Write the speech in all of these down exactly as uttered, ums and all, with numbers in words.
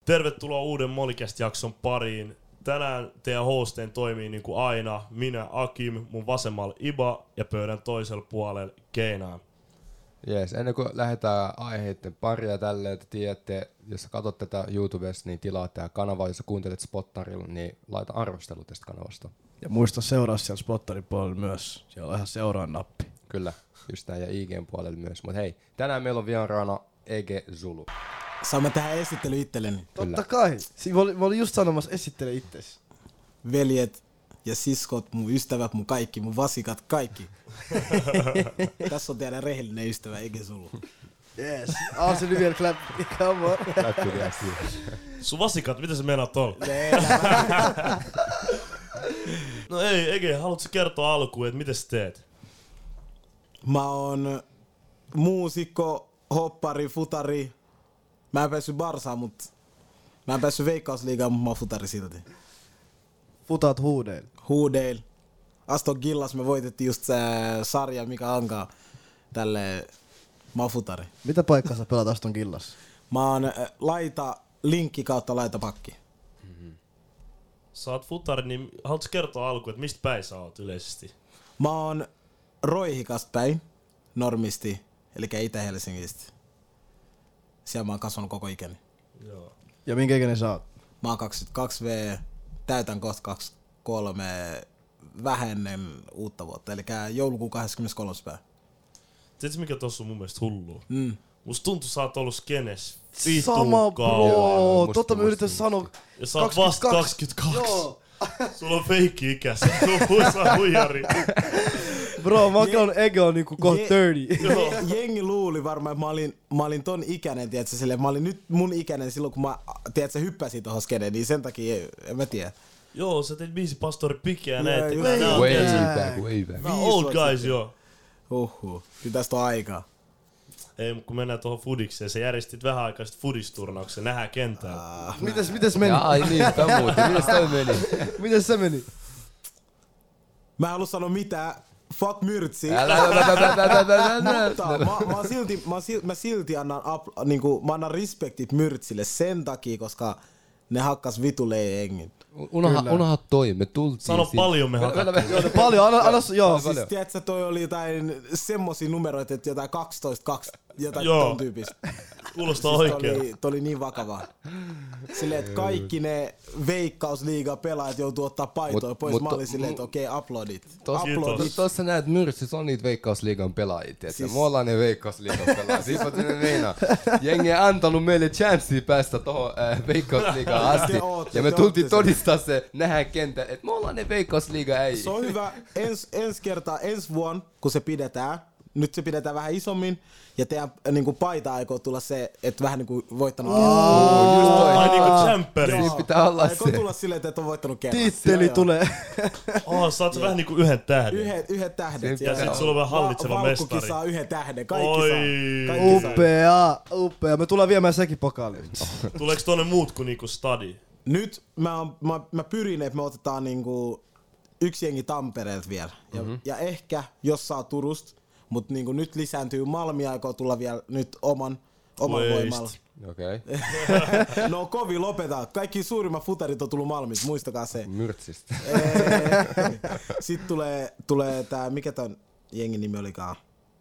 Tervetuloa uuden Molicast-jakson pariin. Tänään teidän hosteen toimii niin kuin aina minä, Akim, mun vasemmalla Iba ja pöydän toisella puolella Keinaa. Jees, ennen kuin lähdetään aiheiden paria tälleen, että tiedätte, jos sä katsot tätä YouTubesta, niin tilaa tää kanava, jos sä kuuntelet Spottarilla, niin laita arvostelu tästä kanavasta. Ja muista seuraa siellä Spottarin puolella myös, siellä on ihan seuraa nappi. Kyllä, just näin, ja I G:n puolella myös. Mut hei, tänään meillä on vieraana Ege Zulu. Saamme tähän esittely itselleni. Totta kai, mä olin, mä olin just sanomassa esittele itsesi. Veljet ja siskot, mun ystävät, mun kaikki, mun vasikat, kaikki. Tässä on teidän rehellinen ystävä Ege Zulu. Yes, Aasi vielä clap, come on. Sun vasikat, mitä sä meinaat tuolla? No ei, Ege, haluatko kertoa alkuun, että mitä sä teet? Mä oon muusikko, hoppari, futari. Mä en päässyt Barsaan, mut mä en päässyt Veikkausliigaan, mutta mä oon futari silti. Futaat huudeilla. Huudeil. Aston Gillas, me voitettiin just se sarja, mikä ankaa tälle. Mä oon futari. Mitä paikkaa sä pelaat Aston Gillassa? Mä oon laita, linkki kautta laita pakki. Sä oot futari, niin haluatko kertoa alkuun, että mistä päin sä oot yleisesti? Mä oon Roihikasta päin, normisti, eli Itä-Helsingistä. Siellä mä oon kasvanut koko ikäni. Joo. Ja minkä ikäinen sä oot? Mä oon kaksikymmentäkaksi vuotta, täytän kohta kaksikymmentäkolme vähän ennen uutta vuotta, eli joulukuun kahdeskymmeneskolmas päivä. Tiedätkö mikä tossa on mun mielestä hullua? Mm. Musta tuntuu, sä oot ollut skenes Sama vitun kauan. bro, musta- totta mä musta- yritän sanoa. Ja sä oot vasta kaksikymmentäkaksi. Joo. Sulla on feikki ikä, sä oot huijari. Bro, mä oon Ege on niinku kohta Je- kolmekymmentä. Je- Jengi luuli varmaan, että mä olin, mä olin ton ikäinen, tiedätkö, silleen, mä olin nyt mun ikäinen silloin, kun mä, tiedätkö, hyppäsin tohon skeneen, niin sen takia, ei- en mä tiedä. Joo, sä teit biisi Pastori Pikeä ja Joo, näet. just Nää näin. on, Way tiedätkö, back, way back. nää on Viisi old vuotta guys, sitten. joo. Uhuh, kyllä tästä on aikaa. Ei, mut kun mennään tuohon fudikseen, sä järjestit vähän aikaa sit fudisturnauksen, nähdään kentällä. Mites, mites meni? Ja ai niin, tää muutti. Mites toi meni? Mites se meni? Mä en halua sanoa mitään, fuck myrtsi. Älä, älä, älä, älä, älä, älä, älä. Mutta mä, mä, silti, mä, silti, mä silti annan, up, niinku, mä annan respektit myrtsille sen takia, koska ne hakkas vitulle engin. Unoha, unoha toi, me tultiin Sano siinä. paljon me Vielä- vielä- hakattiin. vielä- Paljon, anna, anna, joo. Paljon. Siis tiedätkö, toi oli jotain semmosia numeroita, että jotain kaksitoista kaksi, jotain Joo. ton tyypistä. Kuulostaa Siis toi oikein. oli, toi oli niin vakavaa. Silleen, että kaikki ne Veikkausliigan pelaajat joutuu ottaa paitoja Mut- pois. mut- Mä olin silleen, mut- että okei, okay, uploadit. Tos- Uploadit. Tossa näet Myrssissä on niitä Veikkausliigan pelaajia, tiiätkö? Siis- Me ollaan ne Veikkausliigan pelaajia. Siis mä sinne meinaa. Jengi ei antanut meille chanssiä päästä tohon äh, Veikkausliigaan asti. Te ootte, Ja me te tultiin ootte todistaa se, nähdään kenttä, että me ollaan ne Veikkausliigan äijä. Se on hyvä. Ens, ensi kertaa, ensi vuonna, kun se pidetään, nyt se pidetään vähän isommin, ja teidän niin kuin paita aikoo tulla se, että vähän niin kuin voittanut kerran. Just toi. Ai niinku champperi. Siinä pitää olla Aikoo se. tulla silleen, että on voittanut kerran. Titteli Joo, tulee. Oh, saat sä vähän niinku yhden tähden. Yhdet, yhdet tähdet. Siinä Ja sit sulla on vähän hallitseva Va- mestari. Valkkukin saa yhden tähden. Kaikki Oi. saa. Kaikki saa. Upea, upea. Me tullaan viemään sekin pokaaliin. Tuleeks tonne muut kuin niinku stadi? Nyt mä, oon, mä, mä pyrin, että me otetaan niinku yksi jengi Tampereelta vielä. Ja, mm-hmm. ja ehkä, jos saa Turusta, mutta niinku nyt lisääntyy Malmi, aikoo tulla vielä nyt oman, oman Waste. voimalla. Okei. No kovin lopetaan. Kaikki suurimmat futarit on tullut Malmista, muistakaa se. Myrtsistä. Sitten tulee, tulee tää, mikä ton jengin nimi olikaan?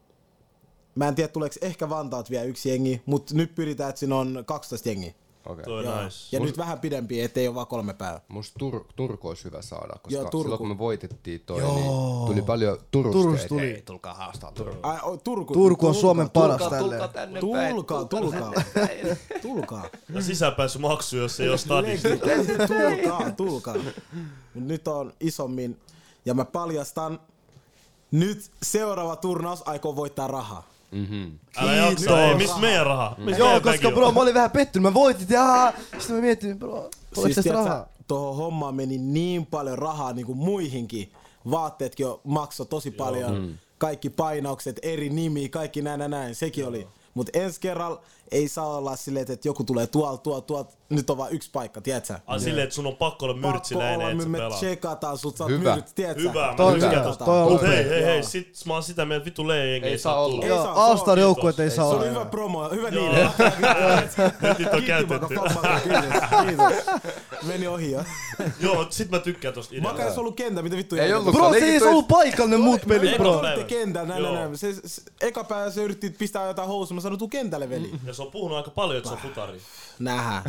Mä en tiedä, tuleeko ehkä Vantaat vielä yksi jengi, mutta nyt pyritään, että siinä on kaksitoista jengiä. Okei. Toi Joo. nice. Ja nyt vähän pidempiä, ettei ole vaan kolme päivää. Musta Tur- Turku olisi hyvä saada, koska Joo, Turku. silloin kun me voitettiin toi, Joo. niin tuli paljon Turusta. Turusta et tuli. hei, tulkaa haastaa Turku. Ai, o, Turku, Turku on Suomen paras Tulkaa, tulkaa tälleen. tänne päin. Tulkaa, tulkaa. Tulkaa. Ja sisäänpääsymaksu, jos ei oo stadista. tulkaa, tulkaa. Mut nyt on isommin. Ja mä paljastan, nyt seuraava turnaus aikoo voittaa rahaa. Mhm. Älä jaksa, ei, missä meidän raha? Missä Joo, meidän koska bagi on? bro, mä olin vähän pettynyt. Mä voitin, ja sitten mä mietin, bro, tuleeko Siis tästä tiedätkö, rahaa? tohon hommaan meni niin paljon rahaa niin kuin muihinkin. Vaatteetkin jo maksoi tosi paljon. Kaikki painaukset, eri nimi, kaikki näin ja näin. Sekin oli. Mutta ensi kerralla, ei saa olla silleen, että joku tulee tuolta, tuolta, tuolta, nyt on vaan yksi paikka, tiedätkö? Ai silleen, että sun on pakko olla myrtsiläinen, että sä me pelaa. tsekataan sut, sä oot Hyvä. myrtsi, tiedätkö? Hyvä, Toi on mä hyvä. tykkään Toi on tosta. upea. Hei, hei, hei, Joo. sit mä oon sitä mieltä, vittu leejengi Ei ei saa saa olla. tulla. Ei Joo, saa, All-Star se on- joukkueet ei saa Se olla. oli hyvä promo, hyvä Joo. niille. Nyt niitä on käytetty. Kiitos. Meni ohi jo. Joo, sit mä tykkään tosta Mä ideasta. oon ollut kentä, mitä vittu Ei jäi? ollut. Bro, se ei Leikit edes toi- ollut paikalla ne muut pelit, Eka bro. päivä. Olitte kentällä, näin, Joo. näin, näin. Se, se, eka päivä se yritti pistää jotain housuun, mä sanoin, tuu kentälle, veli. Ja se on puhunut aika paljon, että se on futari. Nähdään.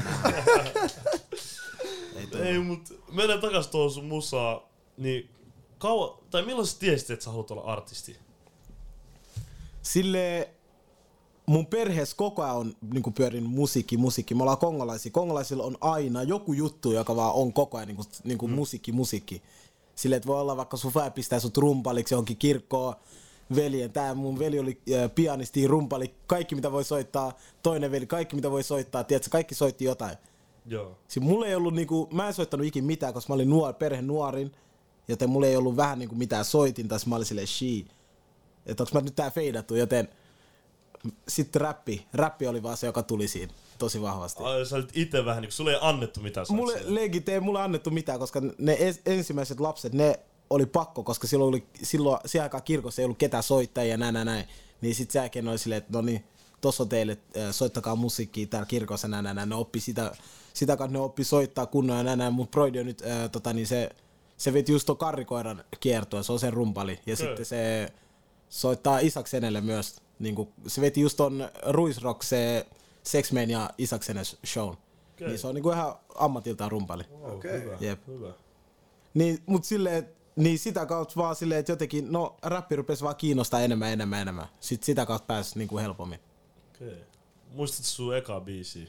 Ei, mut mennään takas tuohon sun musaa. Niin kauan, tai milloin sä tiesit, että sä haluat olla artisti? Sille mun perheessä koko ajan on niinku pyörin musiikki, musiikki. Me ollaan kongolaisia. Kongolaisilla on aina joku juttu, joka vaan on koko ajan niinku, niinku mm. musiikki, musiikki. Silleen, että voi olla vaikka sun fää pistää sut rumpaliksi johonkin kirkkoon. Veljen, tää mun veli oli äh, pianisti, rumpali, kaikki mitä voi soittaa. Toinen veli, kaikki mitä voi soittaa. Tiedätkö, kaikki soitti jotain. Joo. Siis mulla ei ollut niinku, mä en soittanut ikin mitään, koska mä olin nuor, perhe nuorin. Joten mulla ei ollut vähän niinku mitään soitinta, mä olin silleen shii. Että onks mä nyt tää feidattu, joten sitten räppi. Räppi oli vaan se, joka tuli siinä tosi vahvasti. Ai, sä olit ite vähän niinku, sulle ei annettu mitään. sä olit Mulle siellä. legit ei mulle annettu mitään, koska ne es, ensimmäiset lapset, ne oli pakko, koska silloin oli, silloin siihen aikaan kirkossa ei ollut ketään soittajia ja näin, näin, näin. Niin sit sen jälkeen oli silleen, että no niin, tossa on teille, äh, soittakaa musiikkia täällä kirkossa, näin, näin, näin. Ne oppi sitä, sitä kautta ne oppi soittaa kunnolla ja näin, näin. Mut Broidi on nyt, äh, tota niin se, se veti just ton karrikoiran kiertoa, se on sen rumpali. Ja Kyllä. sitten se soittaa Isaksenelle myös, niinku, se veti just ton Ruisrock, se Sexman ja Isaksenen shown. Okei. Niin se on niinku ihan ammatiltaan rumpali. Wow, Okei. hyvä, Jep. hyvä. Niin, mut silleen, niin sitä kautta vaan silleen, että jotenkin, no räppi rupesi vaan kiinnostaa enemmän, enemmän, enemmän. Sitten sitä kautta pääsi niinku helpommin. Okei. Muistatko sun eka biisiä?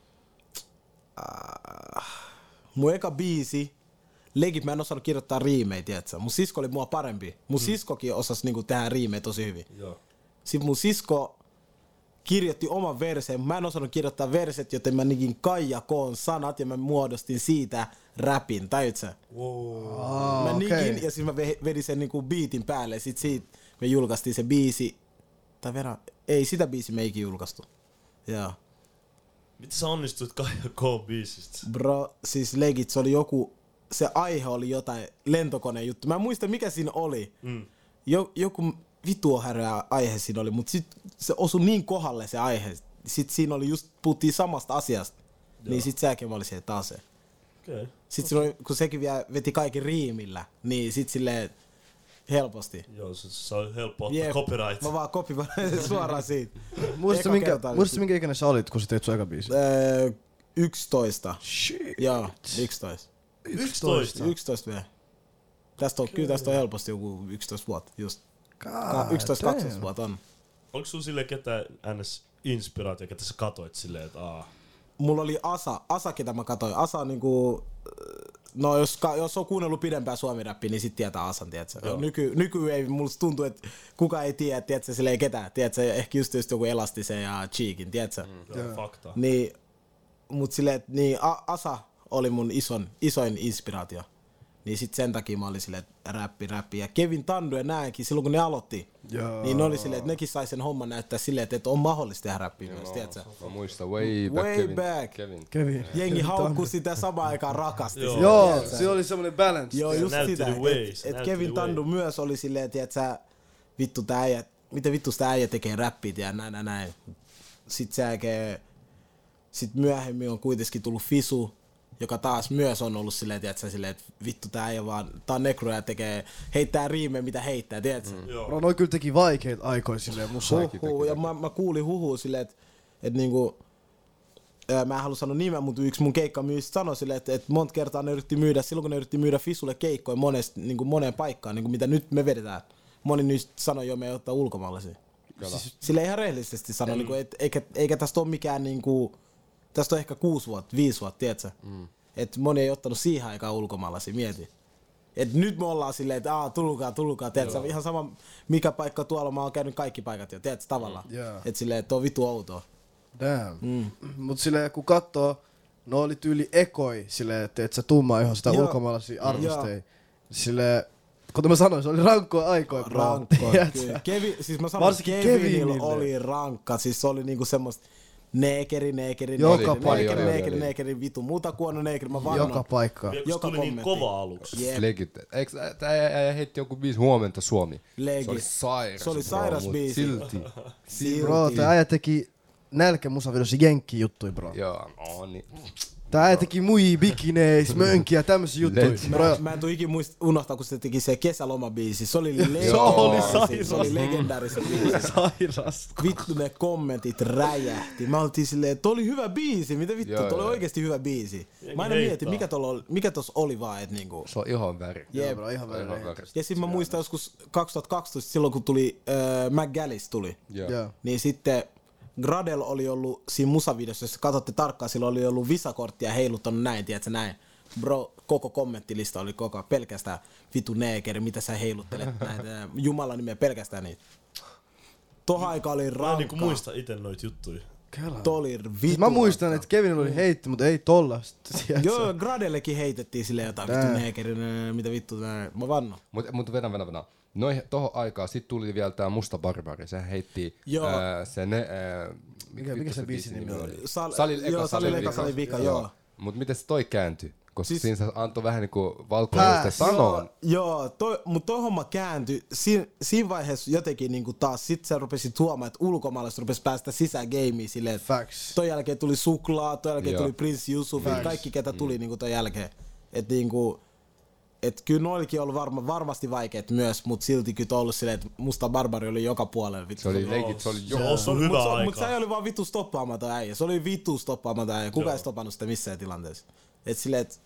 Mun eka biisi, legit mä en osannut kirjoittaa riimejä, tietsä. Mun sisko oli mua parempi. Mun mm. siskokin osasi niinku tehdä riimejä tosi hyvin. Joo. Sitten mun sisko kirjoitti oman verseen. Mä en osannut kirjoittaa verset, joten mä nikin kaijakoon sanat ja mä muodostin siitä räpin, tajut sä? Wow. Ah, Mä okei. nikin ja siis mä ve- vedin sen niinku beatin päälle. Sit siitä me julkaistiin se biisi. Tai verran, ei sitä biisi me eikin julkaistu. Joo. Miten sä onnistuit Kaija K-biisistä? Bro, siis legit, se oli joku, se aihe oli jotain lentokoneen juttu. Mä en muista mikä siinä oli. Mm. Jo, joku vitua häröä aihe siinä oli, mutta sit se osui niin kohdalle se aihe. Sit siinä oli just, puhuttiin samasta asiasta. Joo. Niin sit säkin mä olin siellä taas se. Okei. Okay. Sit siinä oli, kun sekin vielä veti kaikki riimillä, niin sit silleen helposti. Joo, se, se on helppo ottaa Jep. copyright. Mä vaan kopin suoraan siitä. Muistatko Eka minkä, kertaa oli muistatko minkä ikäinen sä olit, kun sä teit sun eka biisi? Öö, yksitoista. Shit. Joo, yksitoista. yksitoista. yksitoista vielä. Tästä on, kyllä tästä on helposti joku yksitoista vuotta, just. God yksitoista damn. kaksitoista vuotta on. Oliko sulla silleen ketään ns. Inspiraatio, ketä sä katoit silleen, että aah. Mulla oli Asa, Asa ketä mä katsoin. Asa on niinku, no jos, ka- jos on kuunnellut pidempään suomi-räppiä, niin sit tietää Asan, tiedätkö? Nyky, nyky ei, musta tuntuu, että kuka ei tiedä, tiedätkö, sille ei ketään, tiedätkö? Ehkä just, just joku Elastisen ja Cheekin, tiedätkö? Mm. Joo, fakta. Niin, mut silleen, että niin, A- Asa oli mun ison, isoin inspiraatio. Niin sit sen takia mä olin silleen, että räppi, räppi. Ja Kevin Tandu ja nääkin, silloin kun ne aloitti, Joo. niin ne oli silleen, että nekin sai sen homman näyttää silleen, että on mahdollista tehdä räppiä myös, tiedätkö? Mä muistan way back Way Kevin. back. Kevin. Kevin. Jengi haukkui sitä samaan aikaan rakasti. Joo. sitä, Joo, tiedätkö? siinä oli semmonen balance. Joo, just näytti sitä. the way, Et, se et näytti Kevin the way. Tandu myös oli silleen, että vittu tää äijä, miten vittu sitä äijä tekee räppit ja näin, näin, näin. Sitten se jälkeen, sit myöhemmin on kuitenkin tullut Fisu, joka taas myös on ollut silleen, tiedätkö, silleen, että vittu tää äijä vaan, tää on nekro ja tekee, heittää riimejä mitä heittää, tiedätkö? Mm. Joo. Bro, noi kyllä teki vaikeita aikoja silleen musa. Huhhuh, ja mä, mä kuulin huhua silleen, että et niinku, ää, mä en halua sanoa nimeä, mutta yksi mun keikkamyyjistä sanoi silleen, että et monta kertaa ne yritti myydä, silloin kun ne yritti myydä Fisulle keikkoja monest, niinku moneen paikkaan, niinku mitä nyt me vedetään. Moni niistä sanoi jo, me ei ottaa ulkomaalaisia. Siis, sille ihan rehellisesti sanoi, mm. niinku, et, eikä, eikä tästä ole mikään, niinku, tästä on ehkä kuusi vuotta, viisi vuotta, tiedätkö? Mm. Että moni ei ottanut siihen aikaan ulkomaalaisia, mieti. Et nyt me ollaan silleen, että aah, tulkaa, tulkaa, tiedätkö? Ihan sama mikä paikka tuolla, mä oon käynyt kaikki paikat jo, tiedätkö, tavallaan. Mm. Yeah. Että silleen, että on vitu outoa. Damn. Mm. Mut silleen kun kattoo, no oli tyyli ekoi silleen, että et sä tummaa ihan sitä Joo. ulkomaalaisia artisteja. Silleen, kuten mä sanoin, se oli rankkoa aikoja, bro. Rankkoa, Tiedätkö? kyllä. Kevin, siis mä sanoin, Varsinkin Kevinillä Kevinille. oli rankka, siis se oli niinku semmoista, Neekeri, neekeri, Joka neekeri, paikka. neekeri, Oli, neekeri, oli. neekeri, vitu, muuta kuono neekeri, mä vannon. Joka paikka. Vielä kun Joka se tuli niin kommentti. kova aluksi. Jep. Legit. Eikö tää äijä heitti joku biisi huomenta Suomi? Legit. Se oli sairas. Se oli bro, sairas mut biisi. Silti. Silti. Bro, tää äijä teki nälkä musavideossa jenkki juttui, bro. Joo, no niin. Tää äijä teki mui, bikineis, mönkiä, tämmösiä juttuja. Legit. Bro, Mä, mä en tuu ikin muist, unohtaa, kun se teki se kesälomabiisi. Se oli legendaarinen. sairas. Se oli legendaarinen biisi. sairas. Vittu ne kommentit räjähti. Mä oltiin silleen, että oli hyvä biisi. Mitä vittu, Joo, toi oli joo. oikeesti hyvä biisi. Jengi Mä aina mietin, heittaa. mikä, tuolla oli, mikä tossa oli vaan, et niinku. Se on ihon väri. Jep. Bro, ihan Ihan vähän. väri. Ja sit mä muistan joskus kaksituhattakaksitoista, silloin kun tuli äh, McGallis tuli. Joo. Joo. Niin sitten Gradel oli ollut siinä musavideossa, jos katsotte tarkkaan, sillä oli ollut visakorttia ja heiluttanut näin, tiedätkö näin. Bro, koko kommenttilista oli koko ajan pelkästään vitu neekeri, mitä sä heiluttelet näitä, Jumalan nimeä pelkästään niitä. Tohon aika oli Mä en rankkaa. niinku muista ite noit juttuja. Toi oli vitu Siis mä muistan, rankkaa. että Kevin oli heitti, mutta ei tollasta. Joo, Gradellekin heitettiin silleen jotain vittu Tää. neekeri, nää, mitä vittu nää. Mä vannon. Mut, mut venä, venä, venä. Noin tohon aikaan sit tuli vielä tää Musta Barbari. Se heitti Joo. ää, se ne... Ää, Mikä- vittu mikä se sen biisin nimi oli? Sal- Salil eka, joo, Salil Salil eka, vika. Salil vika, joo. Mut miten se toi kääntyi? Koska Siis- siis, siinä se antoi vähän niinku valkoisuutta Pääs. sanoon. Joo, toi, mutta toi homma kääntyi. Siin, siinä vaiheessa jotenkin niinku taas, sit se rupesi tuomaan, että ulkomaalaiset rupesi päästä sisään gameen silleen, että Facts. toi jälkeen tuli Suklaa, toi jälkeen Joo. tuli Prince Yusuf, kaikki ketä tuli niinku toi jälkeen. Et niinku, et kyllä noillakin ollut varma, varmasti vaikeet myös, mut silti kyllä ollut silleen, että Musta Barbari oli joka puolella. Vittu, Se oli oli- legit, se oli Se jo. osui hyvä mut, se- aika. mut se ei oli vaan vittu stoppaamaton äijä. Se oli vittu stoppaamaton äijä. Kuka Joo. ei stoppannut sitä missään tilanteessa. Et silleen, et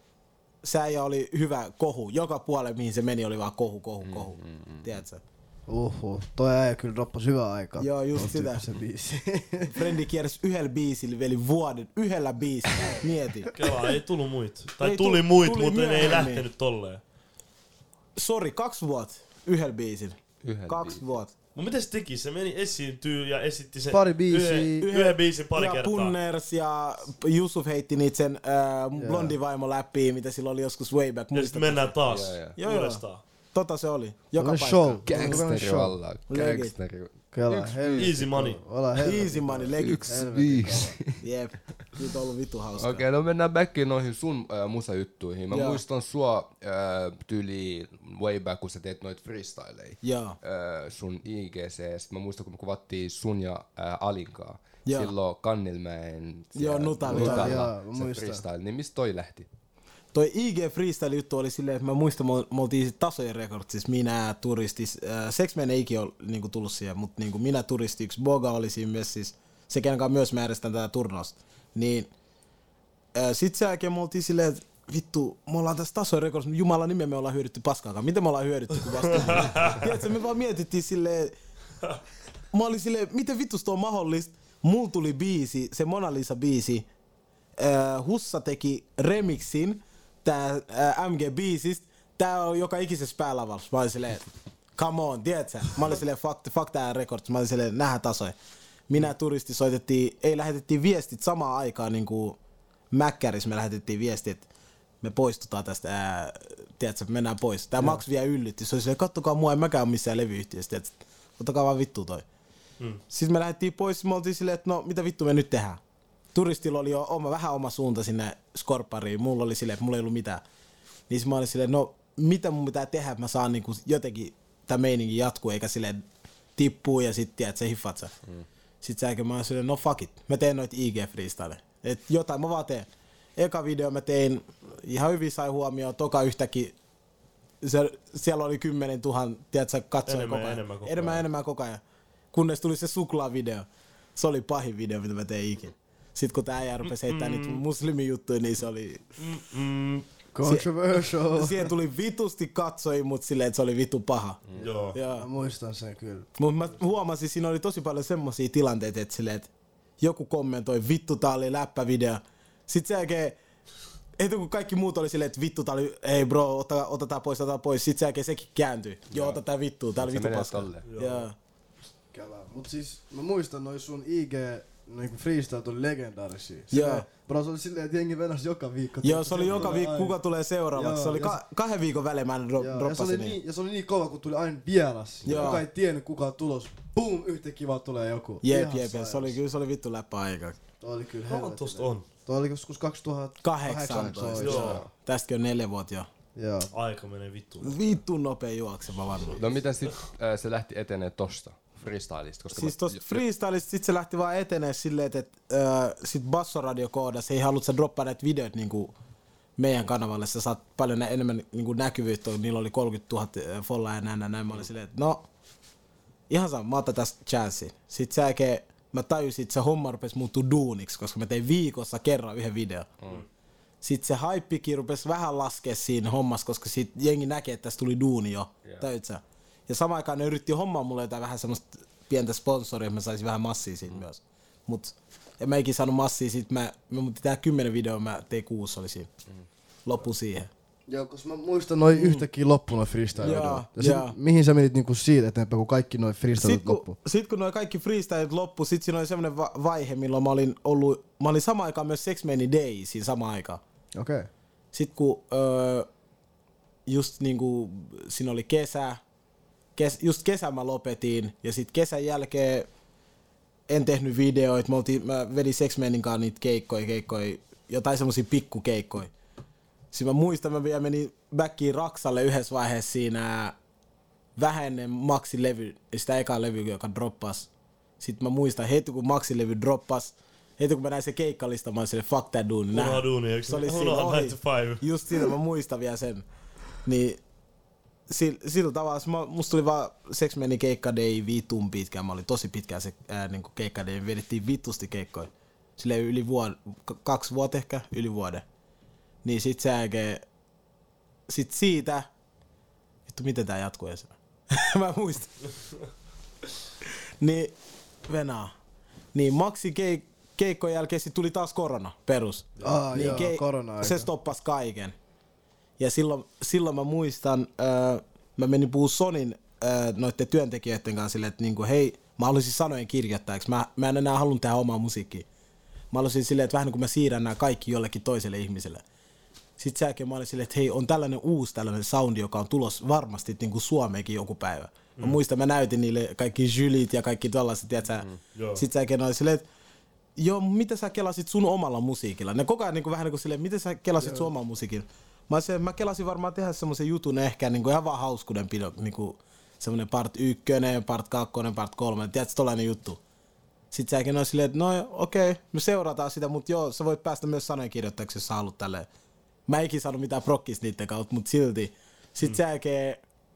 se äijä oli hyvä kohu. Joka puolelle mihin se meni oli vaan kohu, kohu, kohu. Mm, mm, Tiedätkö? Uhu, toi äijä kyllä droppasi hyvää aikaa. Joo, just Ton sitä. tyyppisen biisi. Frendi kiersi yhdellä biisillä veli vuoden, yhdellä biisillä. Mieti. Kela, ei tullut muit. Tai Ei tuli tu- muit, tuli mutta ne ei myöhemmin. lähtenyt tolleen. Sori, kaksi vuotta yhdellä biisillä. Yhden Kaksi biisin. vuotta. Mut miten se teki? Se meni esiintyy ja esitti sen Pari biisiä. yhden, yhden biisin pari ja kertaa. Punners ja Yusuf heitti niitä sen äh, blondivaimo läpi, mitä sillä oli joskus way back. Ja Muistatko? sitten mennään taas Joo, joo. Joo, joo. uudestaan. Tota se oli. Joka Oli paikka. show. Gangsteri Show. valla. Legit. Gangsteri. Kela, helvetti. Easy money. Olla helvetti. Easy money, legit. Yksi viisi. Jep. Nyt on ollut vitu hauskaa. Okei, okay, no mennään backiin noihin sun äh, musajuttuihin. Mä Joo. muistan sua äh, tyyli way back, kun sä teet noit freestyleja. Joo. Äh, sun I G C. Sitten mä muistan, kun me kuvattiin sun ja äh, Alinkaa. Joo. Silloin Kannilmäen Joo, Nutalla. Nutalla Joo, mä se muistan. freestyle. Niin mistä toi lähti? Toi I G Freestyle juttu oli silleen, että mä muistan, me me oltiin sit Tasojen Recordsissa, minä, turistis, äh, Sexman ei ikinä ole niinku tullut siihen, mutta niinku minä turisti, yksi Boga oli siinä myös siis, se kenen kanssa myös mä järjestän tätä turnausta. Niin, äh, sit sen jälkeen me oltiin silleen, että vittu, me ollaan tässä Tasojen Recordsissa, Jumalan nimeä me ollaan hyödytty paskaakaan. Mitä me ollaan hyödytty, kun vasta? Tiedätkö, me vaan mietittiin silleen, mä olin silleen, miten vittus tuo on mahdollista? Mulla tuli biisi, se Mona Lisa biisi, äh, Hussa teki remixin tää äh, M G-biisistä. Tää on joka ikisessä päälavalla. Mä olin silleen, come on, tiedätkö? Mä olin silleen, fuck, fuck tää records. Mä olin silleen, nähdään tasoja. Minä ja turisti soitettiin, ei lähetettiin viestit samaan aikaan niin kuin Mäkkärissä me lähetettiin viestit, että me poistutaan tästä, ää, tiedätkö, mennään pois. Tää Max vielä yllytti. Se oli silleen, kattokaa mua, en mäkään ole missään levyyhtiössä, tiedätkö? Ottakaa vaan vittu toi. Mm. Sitten me lähdettiin pois, me oltiin silleen, että no mitä vittu me nyt tehdään. Turistilla oli jo oma, vähän oma suunta sinne Skorppariin, mulla oli silleen, että mulla ei ollut mitään. Niin sit mä olin silleen, no mitä mun pitää tehdä, että mä saan niinku jotenkin tää meininki jatkuu, eikä silleen tippuu ja sit tiedät, sä hiffat sä. Mm. Sit säkin mä olin silleen, no fuck it, mä teen noit I G freestyle. Et jotain mä vaan teen. Eka video mä tein, ihan hyvin sai huomioon, toka yhtäkkiä se, siellä oli kymmenen tuhan, tiedätkö, katsoi Enemmän koko ja ajan. enemmän koko enemmän, ajan. enemmän koko ajan. Kunnes tuli se suklaavideo. Se oli pahin video, mitä mä tein ikinä. Sitten kun tää äijä rupesi heittää niitä muslimijuttuja, niin se oli... Mm, Controversial. Siihen tuli vitusti katsoi, mut silleen, että se oli vitu paha. joo. Mä Joo. muistan sen kyllä. Mut mä huomasin, siinä oli tosi paljon semmosia tilanteita, että silleen, että joku kommentoi, vittu tää oli läppävideo. Sitten sen jälkeen, heti kun kaikki muut oli silleen, että vittu tää oli, ei bro, ota, otetaan pois, otetaan pois. Sitten sen jälkeen sekin kääntyi. Joo, ota tää vittu, tää oli Se vittu menee paska. tolleen. Joo. Kela. Mut siis mä muistan noin sun I G niinku freestyle tuli legendaarisia. Joo. Bro, se oli silleen, että jengi venäsi joka viikko. Joo, se oli joka viikko, kuka tulee seuraavaksi. Joo, se oli ja ka- kahden viikon välein mä dro- Joo, ja, se droppasin oli niin. niin, ja se oli niin kova, kun tuli aina vieras. Joo. Kuka ei tiennyt kuka on tulos. Boom, yhtäkkiä vaan tulee joku. Jep, Ihan jep, jep. sairas. Se oli kyllä, se oli vittu läppä aika. Toi oli kyllä Kauan helvetin. tosta on? Toi oli joskus kaksituhattakahdeksantoista. kahdeksantoista. Tästäkin on neljä vuotta jo. Joo. Aika menee vittuun. Vittu nopea juokseva varmaan. No miten sit äh, se lähti etenee tosta freestylista? Koska Siis mä- tosta jo- freestylista sit se lähti vaan etenee silleen, että et, äh, sit Bassoradio koodas, ei halut sä droppaa näitä videoita niinku meidän kanavalle, sä saat paljon nä- enemmän niinku näkyvyyttä, niillä oli kolmekymmentätuhatta follaa ja näin, näin, näin. Mä olin silleen, että no, ihan sama, mä otan tästä chanssin. Sit sen jälkeen mä tajusin, että se homma rupesi muuttua duuniksi, koska mä tein viikossa kerran yhden videon. Mm. Sitten se haippikin rupesi vähän laskea siinä hommassa, koska sit jengi näkee, että tässä tuli duuni jo. Yeah. Täyt sä? Ja samaan aikaan ne yritti hommaa mulle jotain vähän semmoista pientä sponsoria, että mä saisin vähän massia siitä mm. myös. Mut en mä ikin saanut massia siitä, mä, mä muutin tehdä kymmenen videoa, mä tein kuusi oli siinä. Mm. Loppu siihen. Joo, koska mä muistan noin mm. yhtäkkiä loppu noin freestyle. Joo, Ja sit, joo. mihin sä menit niinku siitä eteenpäin, kun kaikki noin freestyle Sitten loppu? kun, sit kun noi kaikki freestylet loppu, sit siinä oli semmonen va- vaihe, milloin mä olin ollut, mä olin samaan aikaan myös Sex Many Day siinä samaan aikaan. Okei. Okay. Sitten kun öö, just niinku siinä oli kesä, kes, just kesän mä lopetin ja sit kesän jälkeen en tehnyt videoita, mä, oltiin, mä vedin Sex Manin kanssa niitä keikkoja, keikkoja, jotain semmosia pikkukeikkoja. Sitten mä muistan, mä vielä menin backiin Raksalle yhdessä vaiheessa siinä vähän ennen Maxin levy, sitä ekaa levy, joka droppas. Sitten mä muistan, heti kun Maxin levy droppas, heti kun mä näin se keikkalista, mä olin silleen, fuck that dude. Unoha duuni, eikö Se oli se? siinä Unoha ohi. nine to five. Just siinä mä muistan vielä sen. Niin sillä, sillä tavalla, mä, musta tuli vaan Sex Many keikka day vitun pitkään. Mä olin tosi pitkään se ää, niinku keikka day. Vedettiin vitusti keikkoja. Silleen yli vuoden, k- kaksi vuotta ehkä, yli vuoden. Niin sit sen jälkeen, sit siitä, vittu miten tää jatkuu edes? Mä muistan. Niin, Venaa. Niin Maxi keik, keikkojen jälkeen sit tuli taas korona, perus. Aa, niin joo, korona-aika. se stoppasi kaiken. Ja silloin, silloin mä muistan, öö, mä menin puhua Sonin öö, noitten työntekijöiden kanssa silleen, että niinku, hei, mä haluaisin sanojen kirjoittajaksi. Mä, mä en enää halunnut tehdä omaa musiikkia. Mä haluaisin silleen, että vähän niin kuin mä siirrän nämä kaikki jollekin toiselle ihmiselle. Sitten sen jälkeen mä olin silleen, että hei, on tällainen uusi tällainen soundi, joka on tulos varmasti niin kuin Suomeenkin joku päivä. Mä mm. muistan, mä näytin niille kaikki Julit ja kaikki tällaiset, tiiätsä. Mm. Sitten sen jälkeen oli silleen, että joo, mitä sä kelasit sun omalla musiikilla? Ne koko ajan niin kuin, vähän niin kuin silleen, miten sä kelasit joo. sun omalla musiikilla? Mä, se, mä kelasin varmaan tehdä semmoisen jutun ehkä niin kuin ihan vaan hauskuuden pidon, niin kuin semmoinen part ykkönen, part kakkonen, part kolme, tiedätkö, tollainen juttu. Sitten sen jälkeen oli silleen, että no okei, okay, me seurataan sitä, mutta joo, sä voit päästä myös sanojen kirjoittajaksi, jos sä haluat tälleen. Mä en ikin saanut mitään prokkista niitten kautta, mutta silti. Sitten mm. sen jälkeen,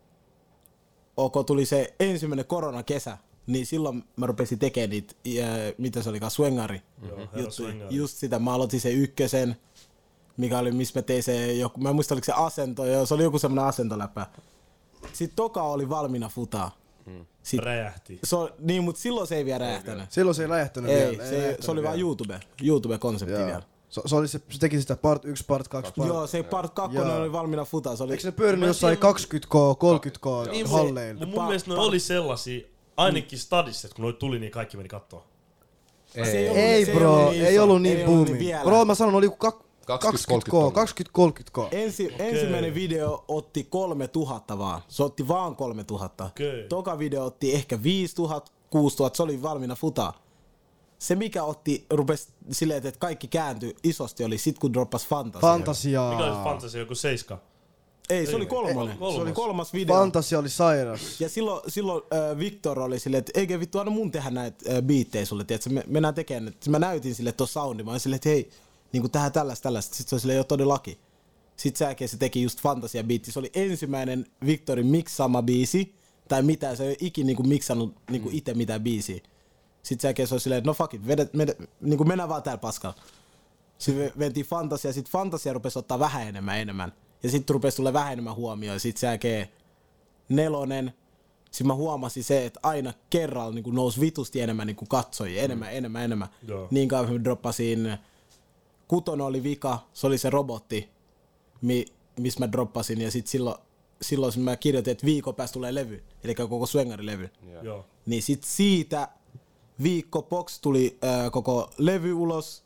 ok, tuli se ensimmäinen koronakesä, niin silloin mä rupesin tekemään niitä, ja, mitä se olikaan, swengari juttu. Just sitä, mä aloitin sen ykkösen, mikä oli, missä mä tein se, joku, mä en muista oliko se asento, se oli joku semmoinen asentoläppä. Sitten toka oli valmiina futaa. Mm. Sit, räjähti. Se, niin, mutta silloin se ei vielä räjähtänyt. Silloin se ei räjähtänyt ei, vielä. Se, ei se, räjähtänyt se oli vielä. vaan YouTube, YouTube-konsepti Joo. vielä. Se, se, oli se, se teki sitä part yksi, part kaksi, part... Joo, se part kaksi oli valmiina futaa. Se oli... Eikö ne pyörinyt jossain kaksikymmentä koo, kolmekymmentä koo niin, halleilla? Mun, mun mielestä ne oli sellaisia, ainakin stadissa, että kun noit tuli, niin kaikki meni kattoo. Ei, ei, ollut, Ei bro, niin ei ollut niin ei ollut boomi. vielä. Bro, mä sanon, oli joku kak- kaksikymmentä koo, kaksikymmentä kolmekymmentä koo. Ensi, okay. Ensimmäinen video otti kolmetuhatta vaan. Se otti vaan kolmetuhatta. Okay. Toka video otti ehkä viisituhatta, kuusituhatta, se oli valmiina futaa. Se mikä otti, rupesi silleen, että kaikki kääntyi isosti, oli sit kun droppas Fantasia. Fantasiaa. Mikä oli Fantasia, joku seiska? Ei, se oli kolmonen. kolmas. Se oli kolmas video. Fantasia oli sairas. Ja silloin, silloin äh, Victor oli silleen, että eikä vittu aina mun tehdä näitä äh, biittejä sulle, tiiätkö, me mennään tekemään. Mä näytin sille tuossa soundi, mä olin silleen, että hei, niinku tähän tällaista, tällaista. Sitten se oli silleen, jo todellakin. Sitten sen jälkeen se teki just Fantasia biitti. Se oli ensimmäinen Victorin miksaama biisi, tai mitään, se ei ole ikin niinku miksannut niinku itse mitään biisiä. Sitten sen jälkeen se oli silleen, että no fuck it, vedet, vedet, niinku mennään vaan täällä paskalla. Sitten ventiin Fantasia, sitten Fantasia rupesi ottaa vähän enemmän enemmän. Ja sitten rupesi tulla vähän enemmän huomioon. Sitten sen jälkeen nelonen. Sitten mä huomasin se, että aina kerralla niin nousi vitusti enemmän niin katsojia. Enemmän, mm. enemmän, enemmän. Joo. Niin kauan mä droppasin. Kutonen oli vika. Se oli se robotti, mi, missä mä droppasin. Ja sitten silloin, silloin mä kirjoitin, että viikon päästä tulee levy. Eli koko Swengari-levy. Joo. Niin sitten siitä viikko, Box tuli äh, koko levy ulos.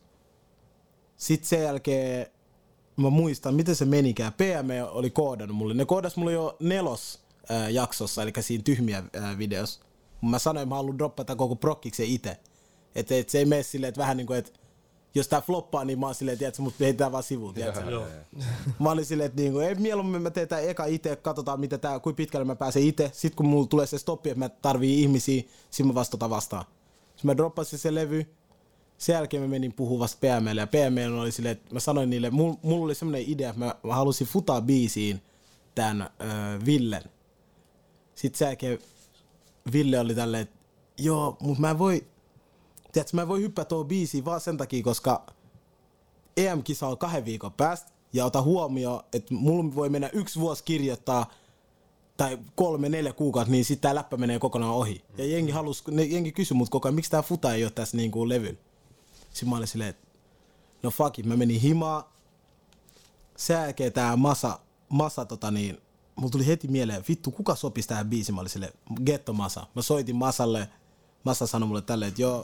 Sitten sen jälkeen, mä muistan, miten se menikään. P M oli koodannut mulle. Ne koodas mulle jo nelos äh, jaksossa, eli siinä tyhmiä äh, videossa. Mä sanoin, että mä haluan droppata koko prokkiksen itse. Että et se ei mene silleen, että vähän niin kuin, että jos tää floppaa, niin mä oon silleen, että mut heitetään vaan sivuun, tiedätkö? Mä olin silleen, että niinku, ei mieluummin mä teen tää eka itse, katsotaan mitä tää, kuinka pitkälle mä pääsen itse. Sitten kun mulla tulee se stoppi, että mä tarvii ihmisiä, sit mä vastata vastaan. Sitten mä droppasin se levy. Sen jälkeen mä menin puhumaan vasta P M:lle ja P M oli silleen, että mä sanoin niille, mulla mul oli semmonen idea, että mä, mä halusin futaa biisiin tän äh, Villen. Sitten sen jälkeen Ville oli tälleen, että joo, mut mä en voi, tiedätkö, mä en voi hyppää tuohon biisiin vaan sen takia, koska E M-kisa on kahden viikon päästä ja ota huomioon, että mulla voi mennä yksi vuosi kirjoittaa tai kolme, neljä kuukautta, niin sitten tää läppä menee kokonaan ohi. Ja jengi, halus, jengi kysyi mut koko ajan, miksi tää futa ei ole tässä niinku levyn. Sitten mä olin silleen, että no fuck it, mä menin himaan. Sen jälkeen tää Masa, Masa tota niin, mulla tuli heti mieleen, vittu, kuka sopisi tähän biisiin? Mä olin silleen, Getto Masa. Mä soitin Masalle, Masa sanoi mulle tälleen, että joo,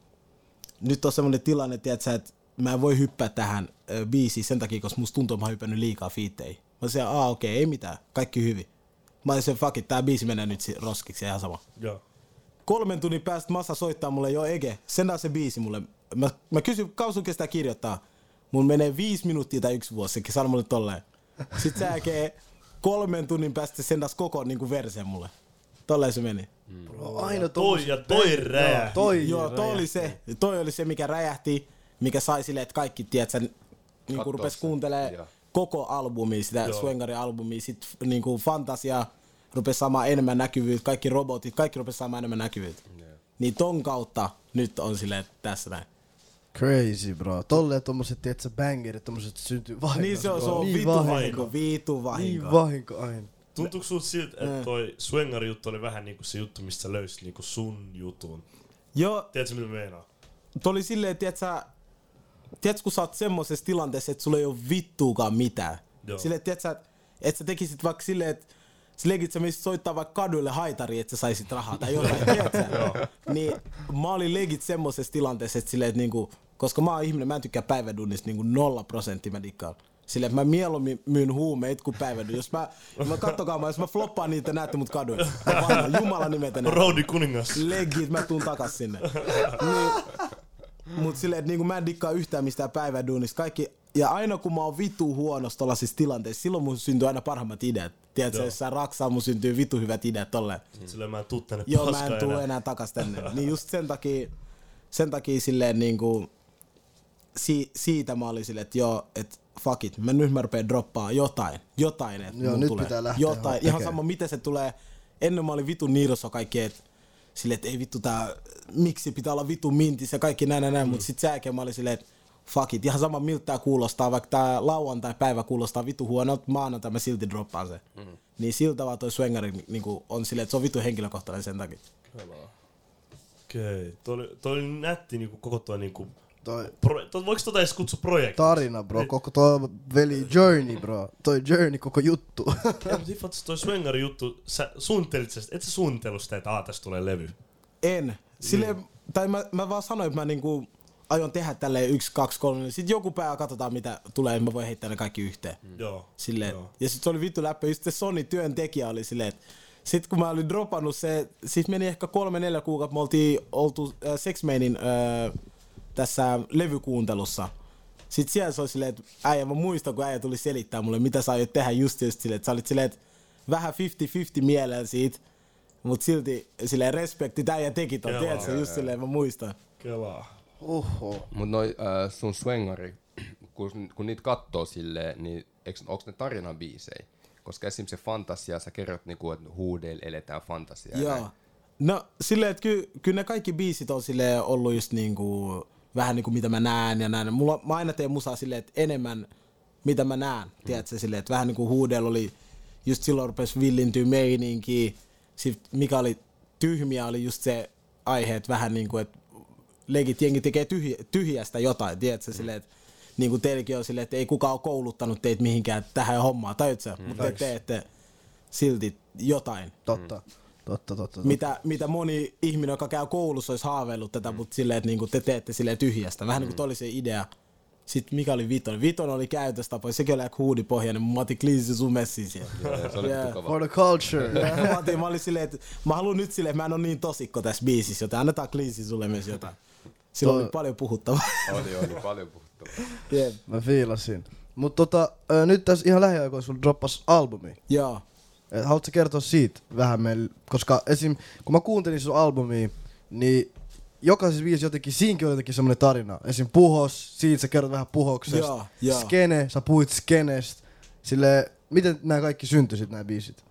nyt on semmonen tilanne, tiiätsä, että mä en voi hyppää tähän ö, biisiin sen takia, koska musta tuntuu, että mä oon hypännyt liikaa fiitteihin. Mä olin silleen, aa okei, okay, ei mitään, kaikki hyvin. Mä olin silleen, fuck it, tää biisi menee nyt roskiksi, ihan sama. Joo. Kolmen tunnin päästä Masa soittaa mulle, joo Ege, sendää se biisi mulle. Mä, mä kysyn, kauan sun kestää kirjoittaa. Mun menee viisi minuuttia tai yksi vuosi, sekin sanoi mulle tolleen. Sitten se jälkeen kolmen tunnin päästä sendas koko niinku versen mulle. Tolleen se meni. Mm. Bro, aina toi ja toi räjähti. Toi, joo, toi oli se, toi oli se, mikä räjähti, mikä sai silleen, että kaikki, tiedätkö, niinku rupes kuuntelemaan koko albumia, sitä Swengarin albumia, sit niinku Fantasia rupes saamaan enemmän näkyvyyttä, kaikki robotit, kaikki rupes saamaan enemmän näkyvyyttä. Yeah. Niin ton kautta nyt on silleen, että tässä näin. Crazy, bro. Tolleen tommoset, tietsä, bangerit, tommoset syntyy vahinko. Niin se on, se on niin vitu vahinko, vitu vahinko. Niin vahinko aina. Tuntuuko sulta siltä, että toi Swengari juttu oli vähän niinku se juttu, mistä sä löysit niinku sun jutun? Joo. Tiedätkö mitä meinaa? Toi oli silleen, tietsä, tiedätkö kun sä oot semmosessa tilanteessa, että sulla ei oo vittuukaan mitään. Joo. Silleen, tietsä, että sä tekisit vaikka silleen, että sä legit sä menisit soittaa vaikka kaduille haitari, että sä saisit rahaa tai jotain, tiedätkö? Niin mä olin legit semmosessa tilanteessa, että silleen, että niinku, koska mä oon ihminen, mä en tykkää päivädunnista niinku nolla prosenttia mä dikkaan. Silleen, että mä mieluummin myyn huumeet kuin päivädunnista. Jos mä, mä kattokaa, mä, jos mä floppaan niitä, näette mut kaduilla. Jumalan nimetä näette. Roudi kuningas. Legit, mä tuun takas sinne. Niin, mut silleen, että niinku mä en dikkaa yhtään mistään päivädunnista. Kaikki, ja aina kun mä oon vitu huonossa tollasissa tilanteissa, silloin mun syntyy aina parhaimmat ideat. Tiedätkö, jos sä raksaa, mun syntyy vitu hyvät ideat tolleen. Silleen mä en tuu tänne Joo, mä en tuu enää, enää takas tänne. Niin just sen takia, sen takia silleen niinku, si, siitä mä olin silleen, että joo, että fuck it, mä nyt mä rupeen droppaa jotain, jotain, että joo, mun nyt tulee. pitää lähteä jotain, ihan sama miten se tulee. Ennen mä olin vitu niirossa kaikki, että silleen, että ei vittu tää, miksi pitää olla vitu mintis ja kaikki näin ja näin, mm. mutta sit sen jälkeen mä olin silleen, että fuck it, ihan sama miltä tää kuulostaa, vaikka tää lauantai päivä kuulostaa vitu huonolta, maanantai mä silti droppaan se. Mm. Niin siltä vaan toi Swengari niin on silleen, että se on vitu henkilökohtainen sen takia. Okei, okay. toi, toi oli nätti niinku koko toi niinku Toi, Pro, to, voiko tota edes kutsua projektiksi? Tarina, bro. Koko toi veli journey, bro. Toi journey, koko juttu. Ja, mutta toi Swengari juttu, sä suunnittelit sitä, et sä suunnitellut sitä, että aah, tästä tulee levy? En. Silleen, mm. tai mä, mä vaan sanoin, että mä niinku aion tehdä tälleen yksi, kaksi, kolme, niin sit joku päivä katsotaan mitä tulee, ja mä voin heittää ne kaikki yhteen. Mm. Joo. Silleen, joo. Ja sit se oli vittu läppä, just se Sony työntekijä oli silleen, että sit kun mä olin dropannut se, sit meni ehkä kolme, neljä kuukautta, me oltiin oltu äh, Sex Mainin äh, tässä levykuuntelussa. Sitten siellä se oli silleen, että äijä, mä muistan, kun äijä tuli selittää mulle, mitä sä aiot tehdä just just silleen, että sä olit silleen, että vähän viisikymmentä viisikymmentä mielellä siitä, mut silti silleen respekti, äijä teki ton, tiedätkö, just silleen, mä muistan. Kelaa. Oho. Mut noi äh, sun Swengari, kun, kun niitä kattoo silleen, niin onks ne tarinan biisejä? Koska esimerkiksi se Fantasia, sä kerrot niinku, että huudeilla eletään fantasiaa. Joo. No silleen, että kyllä ky ne kaikki biisit on silleen ollut just niinku, vähän niinku mitä mä näen ja näin. Mulla, mä aina teen musaa silleen, että enemmän mitä mä näen, mm. tiedätkö, silleen, että vähän niinku huudeilla oli, just silloin rupesi villintyä meininkiä. Sitten mikä oli tyhmiä, oli just se aihe, että vähän niinku, että legit jengi tekee tyhjä, tyhjästä jotain, tiedätkö, mm. silleen, että niinku teilläkin on silleen, että ei kukaan ole kouluttanut teitä mihinkään tähän hommaan, tajut sä, mm. mutta te teette silti jotain. Totta. Totta, totta, totta. Mitä, mitä moni ihminen, joka käy koulussa, olisi haaveillut tätä, mm. mutta silleen, että niinku te teette silleen tyhjästä. Vähän mm. niin kuin oli se idea. Sitten mikä oli Vitonen? Vitonen oli käytöstapa, sekin oli aika huudipohjainen, mä otin kliisi sun messiin siellä. Yeah, se oli yeah. For the culture. Yeah, mä, otin, mä olin silleen, että mä haluan nyt silleen, että mä en ole niin tosikko tässä biisissä, joten annetaan kliisi sulle myös jotain. Sillä oli paljon puhuttavaa. Oli, oli paljon puhuttavaa. Yeah. Mä fiilasin. Mut tota, äh, nyt tässä ihan lähiaikoina sulla droppas albumi. Joo. Et haluatko sä kertoa siitä vähän meille? Koska esim. Kun mä kuuntelin sun albumia, niin jokaisessa biisissä jotenkin, siinkin on jotenkin semmonen tarina. Esim. Puhos, siitä sä kerrot vähän puhoksesta. Joo, joo. Skene, sä puhuit skenestä. Sille, miten nämä kaikki syntyi sit nää biisit?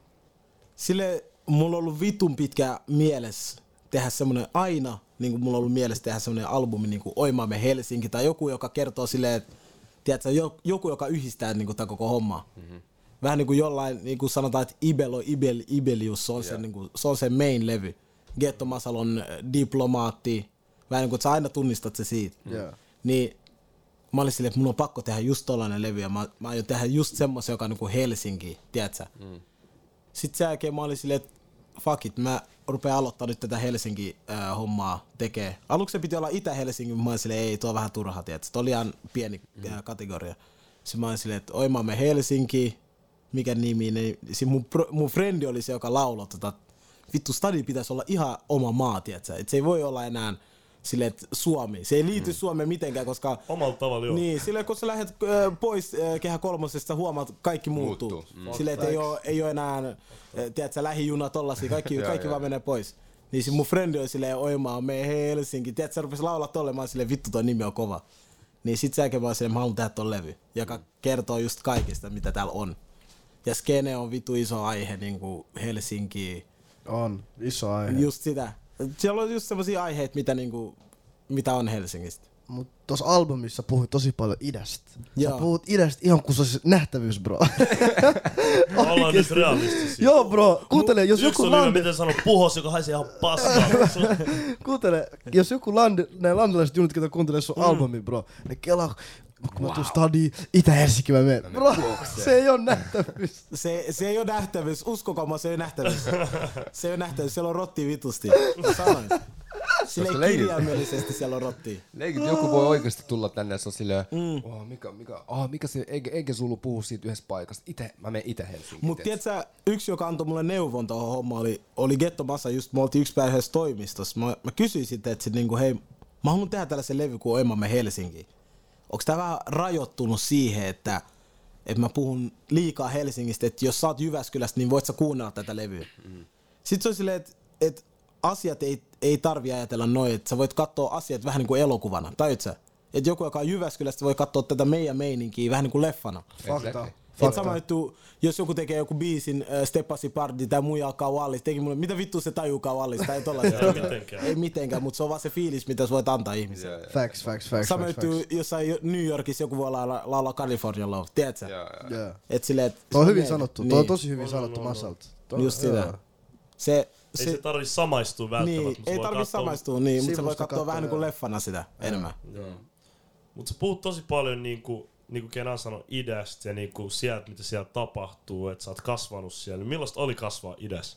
Sille mulla on ollut vitun pitkä mielessä tehdä semmonen aina, niin kuin mulla on ollut mielessä tehdä semmonen albumi niin kuin Oimaamme Helsinki tai joku, joka kertoo silleen, että tiedätkö, joku, joka yhdistää niin kuin tää koko homma. Mm-hmm. Vähän niin kuin jollain, niin kuin sanotaan, että Ibelo, Ibel, Ibelius, se on, yeah. se, niin kuin, se on se main levy. Ghetto Masalon Diplomaatti, vähän niin kuin, että sä aina tunnistat se siitä. Yeah. Niin mä olin silleen, että mun on pakko tehdä just tollainen levy ja mä, mä aion tehdä just semmoisen, joka on niin kuin Helsinki, tiedätkö? Mm. Sitten sen jälkeen mä olin silleen, että fuck it, mä rupean aloittaa nyt tätä Helsinki-hommaa tekee. Aluksi se piti olla Itä-Helsinki, mutta mä olin silleen, ei, tuo on vähän turha, tiedätkö? Tuo oli ihan pieni mm. äh, kategoria. Sitten mä olin silleen, että Oimaamme Helsinki, mikä nimi, niin mun, mun frendi oli se, joka lauloi tota, vittu stadi pitäisi olla ihan oma maa, tiedätkö? Et se ei voi olla enää silleen, että Suomi. Se ei liity mm. Suomeen mitenkään, koska omalla tavalla joo. Niin, silleen kun sä lähdet äh, pois äh, Kehä kolmosesta, huomaat, kaikki muuttuu. muuttuu. Mm. Silleen, että ei ole, ei ole enää, äh, tiedätkö, lähijuna tollasia, kaikki, kaikki vaan menee pois. Niin se mun frendi oli silleen, Oimaa, me Helsinki. Tiedätkö, sä rupesi laulaa tolle, mä olin silleen, vittu toi nimi on kova. Niin sit sä mä olin silleen, mä haluan tehdä ton levy, joka mm. kertoo just kaikista, mitä täällä on. Ja skene on vitu iso aihe, niinku Helsinki. On, iso aihe. Just sitä. Siellä on just semmosia aiheita, mitä, niinku, mitä on Helsingistä. Mut tossa albumissa puhuit tosi paljon idästä. Joo. Sä puhut idästä ihan kun se olisi nähtävyys, bro. Ollaan nyt realistisia. Joo, bro. Kuuntele, jos Yksi joku oli lande... miten sanoo puhos, joka haisee ihan paskaa. Kuuntele, jos joku lande... Nää landelaiset junut, ketä kuuntelee sun mm. albumi, bro. Ne kelaa... Kun wow. mä tuun stadiin, Itä-Helsinki mä menen. Bro, se ei oo nähtävyys. Se, se ei oo nähtävyys, uskokaa mä, se ei oo nähtävyys. Se ei oo nähtävyys, siellä on rotti vitusti. Sanoin. Silleen kirjaimellisesti siellä on rotti. Leikit, joku voi oikeesti tulla tänne ja se on silleen, mm. oh, mikä, mikä, oh, mikä se, eikä, eikä sulu puhu siitä yhdessä paikasta. Ite, mä menen Itä-Helsinkiin. Mut tiiätsä, yksi joka antoi mulle neuvon tohon hommaan oli, oli Ghetto Massa, just me oltiin yksi päivä yhdessä toimistossa. Mä, mä kysyin sitten, että sit niinku, hei, mä haluan tehdä tällaisen levy kuin Oimaamme Helsinkiin. Onko tää vähän rajoittunut siihen, että, että mä puhun liikaa Helsingistä, että jos sä oot Jyväskylästä, niin voit sä kuunnella tätä levyä. Mm. Sitten se on silleen, että, että asiat ei, ei tarvi ajatella noin, että sä voit katsoa asiat vähän niin kuin elokuvana, tajut sä? Että joku, joka on Jyväskylästä, voi katsoa tätä meidän meininkiä vähän niin kuin leffana. Fakta. Et sama juttu, jos joku tekee joku biisin, äh, Steppasi Pardi tai muija alkaa Wallis, teki mulle, mitä vittu se tajuukaan Wallis, tai ei tollaista. Ei mitenkään. Ei mitenkään, mutta se on vaan se fiilis, mitä sä voit antaa ihmiselle. Yeah, yeah. Facts, facts, facts. Sama facts, juttu, facts. jossain New Yorkissa joku voi laulaa, laulaa California Love, tiedätkö? Yeah, yeah. Yeah. Et silleen, et Tuo on hyvin niin, sanottu, niin. tuo on tosi hyvin No, no, sanottu no, no. Massalta. Just sitä. Se, Ei se tarvi samaistua välttämättä, niin, mutta ei voi tarvi katsoa. samaistua, niin, mutta se voi Sivusta katsoa vähän niin katsoa, kuin joo. leffana sitä enemmän. Mutta sä puhut tosi paljon niinku, niinku Kenan sanoi idästä ja niinku sieltä, mitä siellä tapahtuu, että sä oot kasvanut siellä. Millaista oli kasvaa idässä?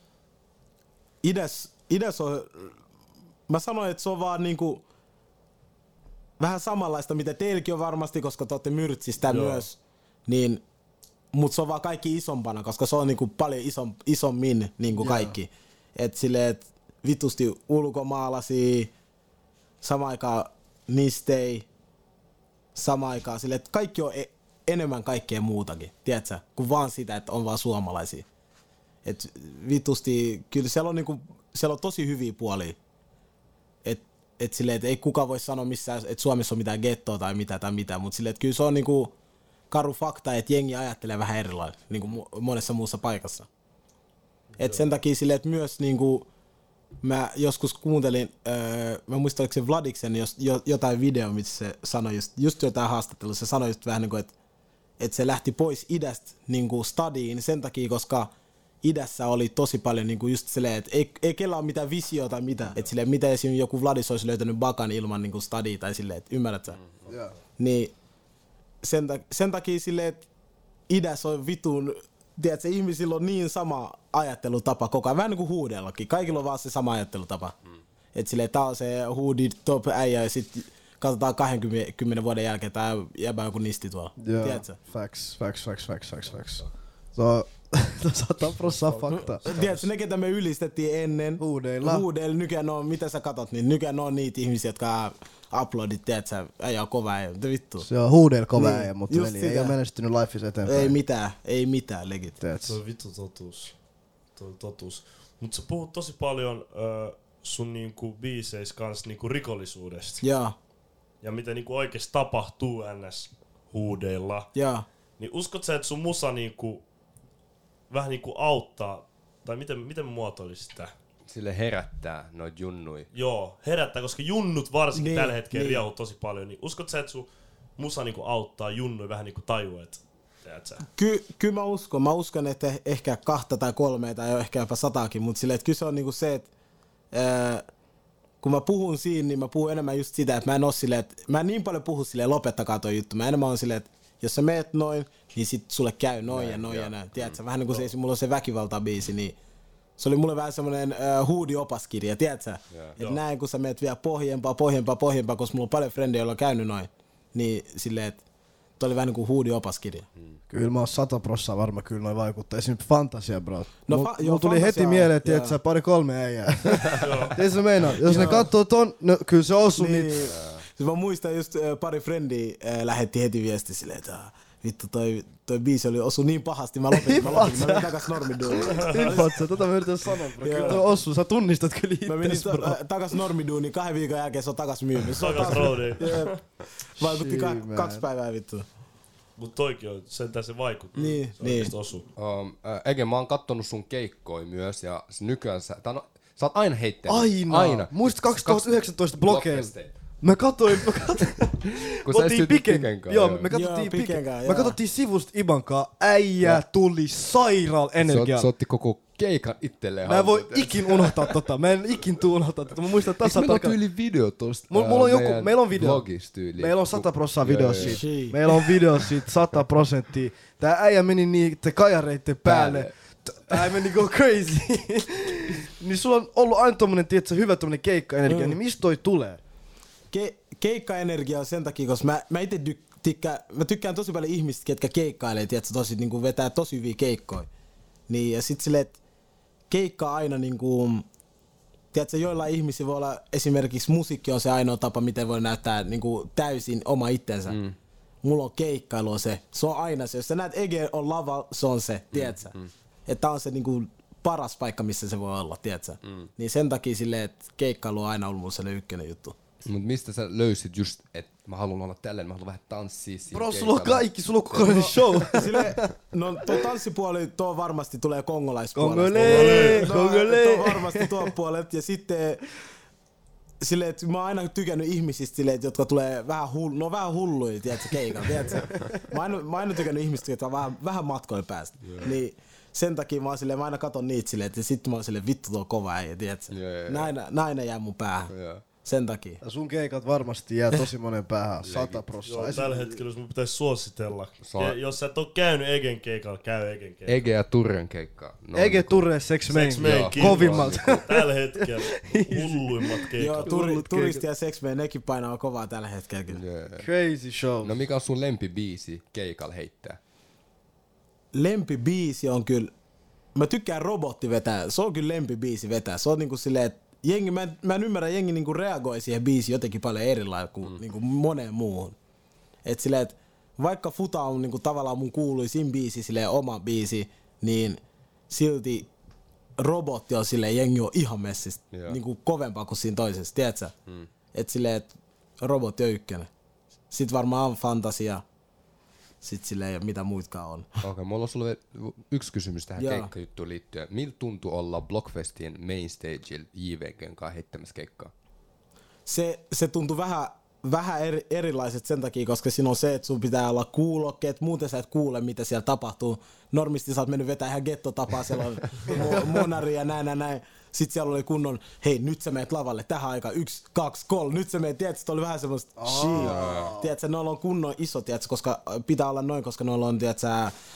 Idäs, idäs on, mä sanoin, että se on vaan niinku vähän samanlaista, mitä teilläkin on varmasti, koska te ootte myrtsistä myös, niin, mutta se on vaan kaikki isompana, koska se on niinku paljon isom, isommin niinku kaikki. Et silleen, et vitusti ulkomaalaisia, samaan aikaan nistei, samaan aikaan silleen, että kaikki on e- enemmän kaikkea muutakin, tiedätkö, kuin vaan sitä, että on vaan suomalaisia. Et vitusti, kyllä siellä on, niinku, siellä on tosi hyviä puolia. Et, et silleen, että ei kukaan voi sanoa missään, että Suomessa on mitään gettoa tai mitä tai mitä, mutta silleen, että kyllä se on niinku karu fakta, että jengi ajattelee vähän erilainen, niinku monessa muussa paikassa. Et sen takia silleen, että myös niinku, mä joskus kuuntelin, öö, mä muistan, oliko se Vladiksen jos, jo, jotain video, missä se sanoi just, just jotain haastattelussa, se sanoi just vähän niin kuin, että, että se lähti pois idästä niin kuin studiin sen takia, koska idässä oli tosi paljon niin kuin just silleen, että ei, ei kellä ole mitään visiota tai mitä, että silleen, mitä esimerkiksi joku Vladis olisi löytänyt bakan ilman niin kuin studia tai silleen, että ymmärrät sä? Yeah. Niin sen, ta- sen takia silleen, että idässä on vitun, tiedätkö, ihmisillä on niin sama ajattelutapa koko ajan, vähän niin kuin huudellakin. Kaikilla on vaan se sama ajattelutapa. Mm. Että silleen, tää on se huudi top äijä ja sit katsotaan kaksikymmentä vuoden jälkeen, tää jäbä joku nisti tuolla. Joo, tiedätkö? facts, facts, facts, facts, facts, facts. Se on sata prosenttia fakta. Tiedätkö, ne ketä me ylistettiin ennen Huudeilla. Huudeilla, nykyään on, mitä sä katot, niin nykyään on niitä ihmisiä, jotka uploadit, tiedätkö, äijä on kova äijä, mitä vittu. Se on huudeilla kova Niin, äijä, mutta just veli sitä. ei ole menestynyt lifeissa eteenpäin. Ei mitään, ei mitään, legit. Tiedätkö? Se on vittu totuus. Tuo on totuus. Mut sä puhut tosi paljon äh, sun niinku biiseis kans niinku rikollisuudesta. Joo, Ja mitä niinku oikeesti tapahtuu ns huudeilla. joo. Niin uskot sä, että sun musa niinku vähän niinku auttaa, tai miten, miten muotoilisit sitä? Sille herättää noit junnui. Joo, herättää, koska junnut varsinkin Niin, niin, tällä hetkellä niin. niin. riehuu tosi paljon. Niin uskot sä, että sun musa niinku auttaa junnui vähän niinku tajua, että teet sä? Ky- kyllä mä uskon. Mä uskon, että ehkä kahta tai kolmea tai ehkä jopa sataakin, mutta silleen, että kyllä se on niinku se, että ää, kun mä puhun siinä, niin mä puhun enemmän just sitä, että mä en oo silleen, että mä en niin paljon puhu silleen, lopettakaa toi juttu. Mä enemmän on silleen, että jos sä meet noin, niin sit sulle käy noin näin, ja noin ja, ja näin. Tiedätkö? Vähän niin kuin se, mulla on se väkivaltabiisi, niin se oli mulle vähän semmonen äh, huudi-opaskirja, tiedätkö? Että näin, kun sä meet vielä pohjempaa, pohjempaa, pohjempaa, koska mulla on paljon frendejä, joilla on käynyt noin. Niin silleen, että toi oli vähän niin kuin huudi-opaskirja. Hmm. Kyllä mä oon sata prosenttia varma, kyllä noin vaikuttaa. Esimerkiksi Fantasia, bro. No, Mulla fa- joo, mul tuli Fantasia heti on- mieleen, että joo. tiedät sä, pari kolme äijää. Tiedätkö sä meinaa? Jos ne kattoo ton, no kyllä se osuu Niin. niitä. Siis mä muistan just äh, pari frendiä äh, lähetti heti viesti silleen, että ah, vittu toi, toi biisi oli osu niin pahasti, mä lopetin, mä lopetin, mä menin takas normiduuniin. Hilfatsa, tota mä yritän sanoa, bro. Kyllä toi osuu, sä tunnistat kyllä Mä menin itses, ta- bro. äh, takas normiduuniin, kahden viikon jälkeen se on takas myynyt. Se on Takas roadiin. Jep. Vaikutti ka- Shit, man. kaksi päivää vittu. Mut toikin on, sentään se vaikuttaa. Niin, se niin. oikeesti osuu. Um, äh, Ege, mä oon kattonut sun keikkoja myös ja s- nykyään sä, tän, sä oot aina heittänyt. Aina. Aina. Muistat kaksituhattayhdeksäntoista blokeilla? Blockfesteillä. Mä katoin, mä katoin. Kun Me sä oltiin istuit Piken, Piken kanssa, joo, joo. me Joo, katsottiin Piken Piken, kanssa, me joo. katsottiin sivusta Ibankaa, äijä tuli sairaal Se, ot, energialla. se otti koko keikan itselleen. Mä en voi haltuun. ikin unohtaa tota, mä en ikin tuu unohtaa tota, mä muistan Eikö tasan meillä ole tarkkaan. tyyli video tosta? Mulla- mulla on ää, joku- meidän meillä on video. vlogis tyyli. Meillä on sata prosenttia Joo, video joo, joo. siitä. Shit. Meillä on video siitä sata prosenttia. Tää äijä meni niitten kajareitten päälle. Päälle. T- Tää meni go crazy. Niin sulla on ollut aina tommonen, tietsä, hyvä tommonen keikkaenergia, Mm. niin mistä toi tulee? Ke- keikkaenergia on sen takia, koska mä, mä ite tyk- tykkään, mä tykkään tosi paljon ihmistä, ketkä keikkailee, tiedätkö, tosi, niin kuin vetää tosi hyviä keikkoja. Niin, ja sit silleen, että keikka aina niin kuin, tiedätkö, joilla ihmisillä voi olla, esimerkiksi musiikki on se ainoa tapa, miten voi näyttää niin kuin täysin oma itsensä. Mm. Mulla on keikkailu on se, se on aina se. Jos sä näet Ege on lava, se on se, tiedätkö? Mm. Että tää on se niin kuin paras paikka, missä se voi olla, tiedätkö? Mm. Niin sen takia silleen, että keikkailu on aina ollut mulla sellainen ykkönen juttu. Mut mistä sä löysit just, että mä haluan olla tällainen, mä haluan vähän tanssia siinä Bro, sulla on keikalla. kaikki, sulla on kokonainen show. Sille, no tuo tanssipuoli, tuo varmasti tulee kongolaispuolesta. Kongole, No, kongole. Tuo varmasti tuo puolet. Ja sitten silleen, että mä oon aina tykännyt ihmisistä silleen, että jotka tulee vähän hullu, no vähän hulluja, tiedätkö, keikalla, tiedätkö? Mä oon aina, mä oon aina tykännyt ihmisistä, jotka on vähän, vähän matkoille päästä. Yeah. Niin sen takia mä oon silleen, mä aina katon niitä silleen, että sitten mä oon silleen, vittu tuo kova äijä, tiedätkö? Yeah, yeah, yeah. Näin, näin jää mun päähän. Joo. Sen takia. Ja sun keikat varmasti jää tosi monen päähän, sata Joo, prosenttia. tällä hetkellä jos mun pitäisi suositella. Saa- Ja jos sä et oo käynyt Egen keikalla, käy Egen keikalla. Ege ja Turren keikka. No, Ege niinku- Turre Sex Main, Sex Main, kiitos. kovimmalta. Tällä hetkellä hulluimmat Joo, keikat. turi, Hullut turisti ja seksmei, nekin painaa kovaa tällä hetkellä kyllä. Yeah. Crazy show. No mikä on sun lempibiisi keikalla heittää? Lempibiisi on kyllä, mä tykkään robotti vetää, se on kyllä lempibiisi vetää. Se on niinku silleen, että jengi, mä en, mä en ymmärrä, jengi niinku reagoi siihen biisiin jotenkin paljon erilailla kuin mm. niinku moneen muuhun. Et silleen, että vaikka Futa on niinku tavallaan mun kuuluisin biisi, silleen oma biisi, niin silti robotti on silleen, jengi on ihan messistä, Joo. niinku kovempaa kuin siinä toisessa, tiedätkö? Mm. Et silleen, että robotti on ykkönen. Sitten varmaan on Fantasia. Sitten sillä ei ole mitä muitkaan on. Okei, okay, mulla on sulle yksi kysymys tähän Joo. keikkajuttuun liittyen. Miltä tuntui olla Blockfestien main stageilla J V G:n kanssa heittämässä keikkaa? Se, se tuntui vähän, vähän eri, erilaiset sen takia, koska siinä on se, että sun pitää olla kuulokkeet, muuten sä et kuule, mitä siellä tapahtuu. Normisti sä oot mennyt vetää ihan gettotapaa, siellä on mo- monari ja näin, näin, näin. Sit siellä oli kunnon, hei nyt sä meet lavalle tähän aikaan, yksi, kaksi, kolme, nyt sä meet, tiedätkö, oli vähän semmoista, oh. shit. Tiedätkö, noilla on kunnon iso, tiedätkö, koska pitää olla noin, koska noilla on, tiedätkö,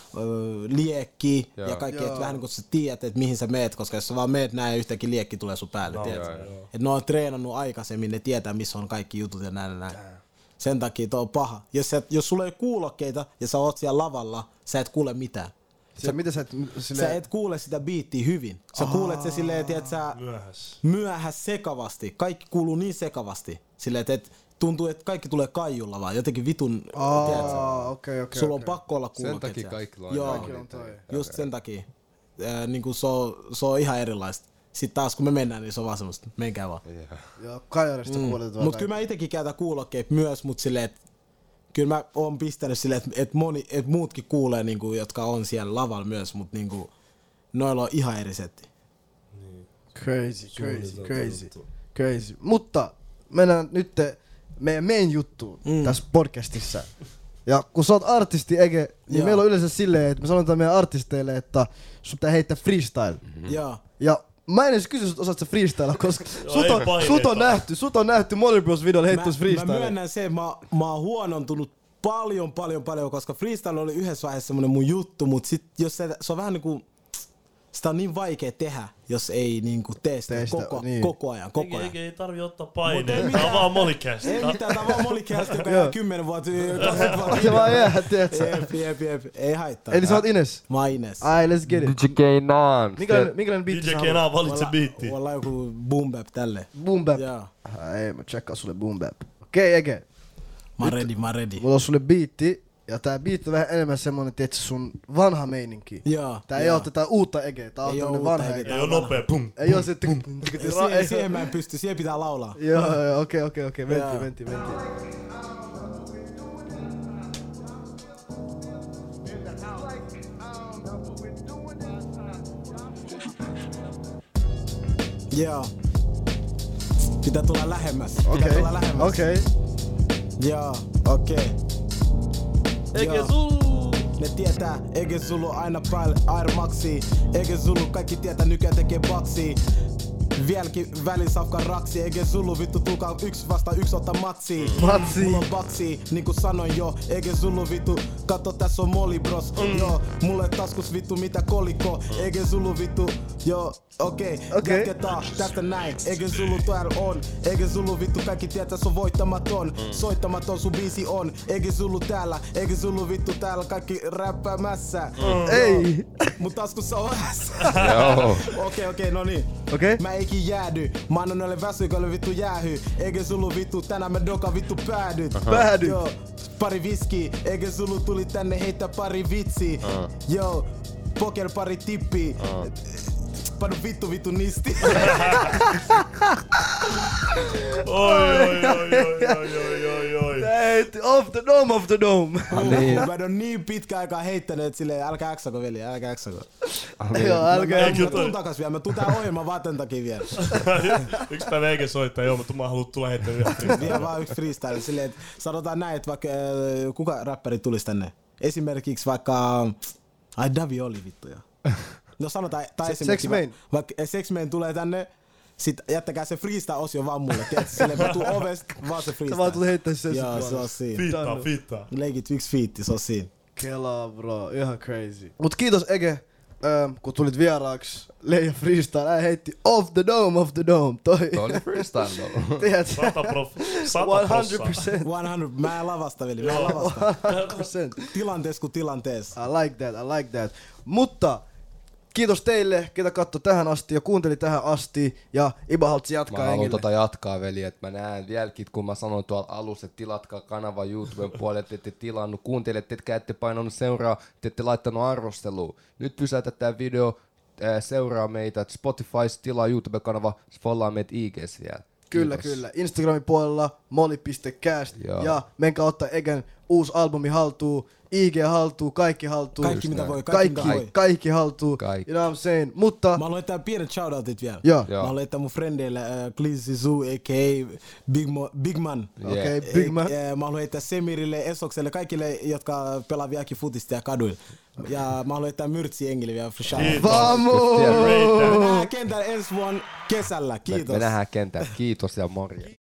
liekki ja, ja kaikki, että vähän niin kuin sä tiedät, että mihin sä meet, koska jos sä vaan meet näin ja yhtäkkiä liekki tulee sun päälle, no, tiedätkö. Että ne on treenannut aikaisemmin, ne tietää missä on kaikki jutut ja näin ja näin. Sen takia toi on paha. Jos, et, jos sulla ei kuulokkeita ja sä oot siellä lavalla, sä et kuule mitään. Se, mitä sä, et, sille... sä et kuule sitä biittiä hyvin. Sä Aa, kuulet se silleen, että sä myöhäs. myöhäs sekavasti. Kaikki kuuluu niin sekavasti. Silleen, että tuntuu, että kaikki tulee kaijulla vaan. Jotenkin vitun, tiedätkö? Okay, okay, sulla okay. on pakko olla kuulokkeet. Sen takia kaikilla on. Joo, on toi. Just sen takia. Äh, niin kuin se, on, se on ihan erilaista. Sitten taas kun me mennään, niin se on vaan semmoista, menkää vaan. Yeah. Joo, kaijarista mm. kuuletetaan. Mut kyllä mä itekin käytän kuulokkeet myös, mut silleen, että kyllä mä oon pistänyt silleen, että et moni, et muutkin kuulee, niinku, jotka on siellä lavalla myös, mut niinku, noilla on ihan eri setti. Niin. Crazy, crazy, crazy, crazy. Mutta mennään nyt meidän main juttuun mm. tässä podcastissa. Ja kun sä oot artisti, Ege, niin Joo. meillä on yleensä silleen, että me sanotaan meidän artisteille, että sun pitää heittää freestyle. Mm-hmm. Ja. ja mä en edes kysy sut, osaat sä freestyle, koska sut, on, sut on nähty, sut on nähty Molly Bros videolla heittuis freestyle. Mä myönnän sen, mä, mä oon huonontunut paljon, paljon, paljon, koska freestyle oli yhdessä vaiheessa semmonen mun juttu, mut sit jos se, se on vähän niinku, sitä on niin vaikea tehdä, jos ei niinku tee sitä Teistä, koko, niin. koko ajan, koko ajan. Eikä ei tarvi ottaa paineita, tää on vaan Mollycast. Ei mitään, tää on vaan Mollycast, joka jää kymmenen vuotta, kaksikymmentä vuotta. Se vaan jää, tiiätsä. Jep, jep, jep, ei haittaa. Eli sä oot Ines? Mä oon Ines. Ai, let's get it. D J Kenan. Minkälainen, minkälainen biitti sä haluat? D J Kenan valitse biitti. Ollaan joku boom bap tälle. Boom bap? Joo. Ei, mä tsekkaan sulle boom bap. Okei, Ege. Mä oon ready, mä oon ready. Mulla on sulle biitti. Ja tää biitti on vähän enemmän semmonen, tietsä, sun vanha meininki. Joo. Tää ei oo tätä uutta Egeä, tää on tämmönen vanha Ege. Ei oo nopea, pum. Ei oo se pum. Siihen mä en pysty, siihen pitää laulaa. Joo, joo, okei, okei, okei, mentiin, mentiin, mentiin. Joo. Pitää tulla lähemmäs. Pitää okay. tulla lähemmäs. Okei. Okay. Joo, okei. Okay. Ege Zulu! Ne tietää, Ege Zulu aina päälle Air Maxi. Ege Zulu, kaikki tietää, nykyään tekee baksi. Vieläkin välin safkan raksi. Ege Zulu, vittu tulkaa yksi vasta yksi ottaa matsi. Matsi. Mulla on baksi, niinku sanoin jo. Ege Zulu, vittu, katso tässä on Molly Bros. Mm. Joo, mulle taskus vittu mitä kolikko. Mm. Ege Zulu, vittu, joo, okei. Okay. Okay. Jatketaan tästä näin. Ege Zulu täällä on. Ege Zulu, vittu, kaikki tietää se on voittamaton. Mm. Soittamaton sun biisi on. Ege Zulu täällä. Ege Zulu, vittu, täällä kaikki räppäämässä. Mm. Ei. Mun taskussa on hässä. Joo. Okei, okei, no niin. Okei. Mä eikin jäädy. Mä annan noille väsykölle vittu jäähy. Ege Zulu vittu, tänään mä doka vittu päädyt. Uh-huh. Päädyt. Joo, pari viski. Ege Zulu tuli tänne heittää pari vitsi. Uh-huh. Joo, poker pari tippi. Uh-huh. Panu vittu vittu nisti. Oi, oi, oi, oi, oi, oi, oi, oi. Heitti off the dome, off the dome. Niin. Mä en oo niin pitkä aikaa heittänyt, et silleen älkää äksako veli, älkää äksako. Joo, älkää. Mä tuun takas vielä, mä tuun tää ohjelman vaan tän takia vielä. Yksi päivä Ege soittaa, joo, mutta mä haluan tulla heittää vielä freestyle. Vielä vaan yksi freestyle, silleen, että sanotaan näin, että vaikka äh, kuka räppäri tulisi tänne? Esimerkiksi vaikka, ai Davi oli vittu jo. No sanotaan, tai esimerkiksi Sex-Man. Vaikka Sex-Man tulee tänne, sit jättäkää se freestyle-osio vaan mulle, tiedätkö? Silleen mä tuun ovesta, vaan se freestyle. Sä vaan tulet heittää sen Joo, se on siinä. Fiittaa, fiittaa. Leikit yksi fiitti, se on siinä. Kelaa, bro, ihan crazy. Mut kiitos Ege, ähm, kun tulit vieraaksi. Leija freestyle, hän heitti off the dome, off the dome. Toi, Toi oli freestyle though. Tiedätkö? Sata prof, sata sata prossa. percent. sata, mä en lavasta veli, mä en lavasta. sata percent. Tilantees kuin tilantees. I like that, I like that. Mutta kiitos teille, ketä katsoi tähän asti ja kuunteli tähän asti. Ja Iba halutsi jatkaa Mä haluan Engelle. tota jatkaa, veli, että mä näen vieläkin, kun mä sanoin tuolla alussa, että tilatkaa kanava YouTuben puolelle, että ette tilannut, kuuntelijat, etkä ette painanut seuraa, että ette laittanut arvostelua. Nyt pysäytä tää video, ää, seuraa meitä, Spotify, tilaa YouTube-kanava, follaa meitä I G:ssä vielä. Kyllä, Kiitos. kyllä. Instagramin puolella molly piste cast Joo. ja menkää ottaa Egen uusi albumi haltuun. I G haltuu, kaikki haltuu. Kaikki mitä voi, kaikki, kaikki, mitä voi. kaikki haltuu. Kaikki. You know what I'm saying? Mutta... Mä haluan laittaa pienet shoutoutit vielä. Joo. Mä haluan laittaa mun frendeille uh, Glizzy Zoo, a k a. Big, Mo- Big Man. Yeah. Okei, okay, Big Man. E- mä haluan laittaa Semirille, Esokselle, kaikille, jotka pelaa vieläkin futista ja kaduilla. Ja mä haluan laittaa Myrtsi Engille vielä for shout. Vamos! Me nähdään kentällä ensi vuonna kesällä. Kiitos. Me, me nähdään kentällä. Kiitos ja morjens.